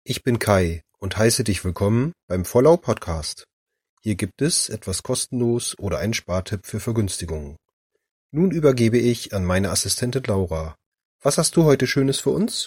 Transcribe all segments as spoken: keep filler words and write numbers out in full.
Ich bin Kai und heiße dich willkommen beim Vollau Podcast. Hier gibt es etwas kostenlos oder einen Spartipp für Vergünstigungen. Nun übergebe ich an meine Assistentin Laura. Was hast du heute Schönes für uns?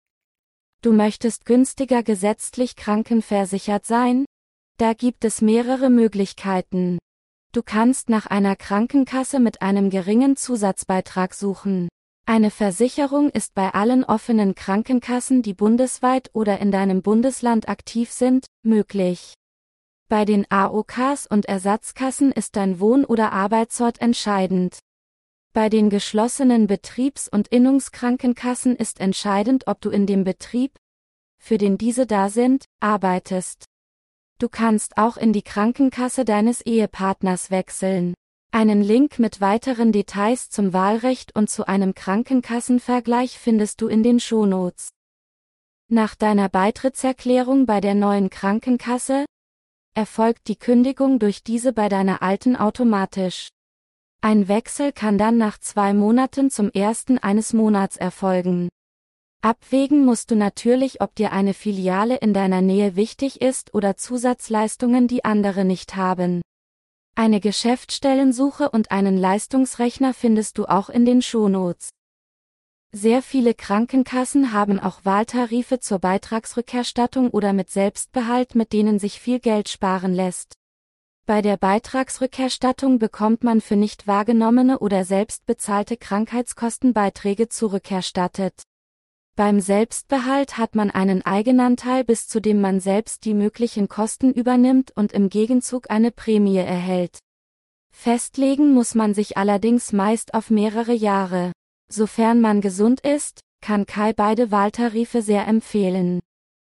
Du möchtest günstiger gesetzlich krankenversichert sein? Da gibt es mehrere Möglichkeiten. Du kannst nach einer Krankenkasse mit einem geringen Zusatzbeitrag suchen. Eine Versicherung ist bei allen offenen Krankenkassen, die bundesweit oder in deinem Bundesland aktiv sind, möglich. Bei den A O Ks und Ersatzkassen ist dein Wohn- oder Arbeitsort entscheidend. Bei den geschlossenen Betriebs- und Innungskrankenkassen ist entscheidend, ob du in dem Betrieb, für den diese da sind, arbeitest. Du kannst auch in die Krankenkasse deines Ehepartners wechseln. Einen Link mit weiteren Details zum Wahlrecht und zu einem Krankenkassenvergleich findest du in den Shownotes. Nach deiner Beitrittserklärung bei der neuen Krankenkasse erfolgt die Kündigung durch diese bei deiner alten automatisch. Ein Wechsel kann dann nach zwei Monaten zum ersten eines Monats erfolgen. Abwägen musst du natürlich, ob dir eine Filiale in deiner Nähe wichtig ist oder Zusatzleistungen, die andere nicht haben. Eine Geschäftsstellensuche und einen Leistungsrechner findest du auch in den Shownotes. Sehr viele Krankenkassen haben auch Wahltarife zur Beitragsrückerstattung oder mit Selbstbehalt, mit denen sich viel Geld sparen lässt. Bei der Beitragsrückerstattung bekommt man für nicht wahrgenommene oder selbst bezahlte Krankheitskostenbeiträge zurückerstattet. Beim Selbstbehalt hat man einen Eigenanteil, bis zu dem man selbst die möglichen Kosten übernimmt und im Gegenzug eine Prämie erhält. Festlegen muss man sich allerdings meist auf mehrere Jahre. Sofern man gesund ist, kann Kai beide Wahltarife sehr empfehlen.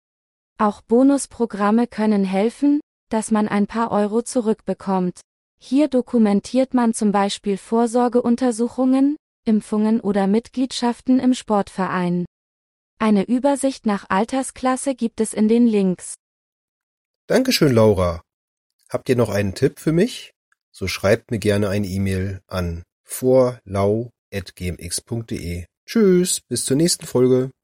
Auch Bonusprogramme können helfen, dass man ein paar Euro zurückbekommt. Hier dokumentiert man zum Beispiel Vorsorgeuntersuchungen, Impfungen oder Mitgliedschaften im Sportverein. Eine Übersicht nach Altersklasse gibt es in den Links. Dankeschön, Laura. Habt ihr noch einen Tipp für mich? So schreibt mir gerne eine E-Mail an vorlau at gmx punkt de. Tschüss, bis zur nächsten Folge.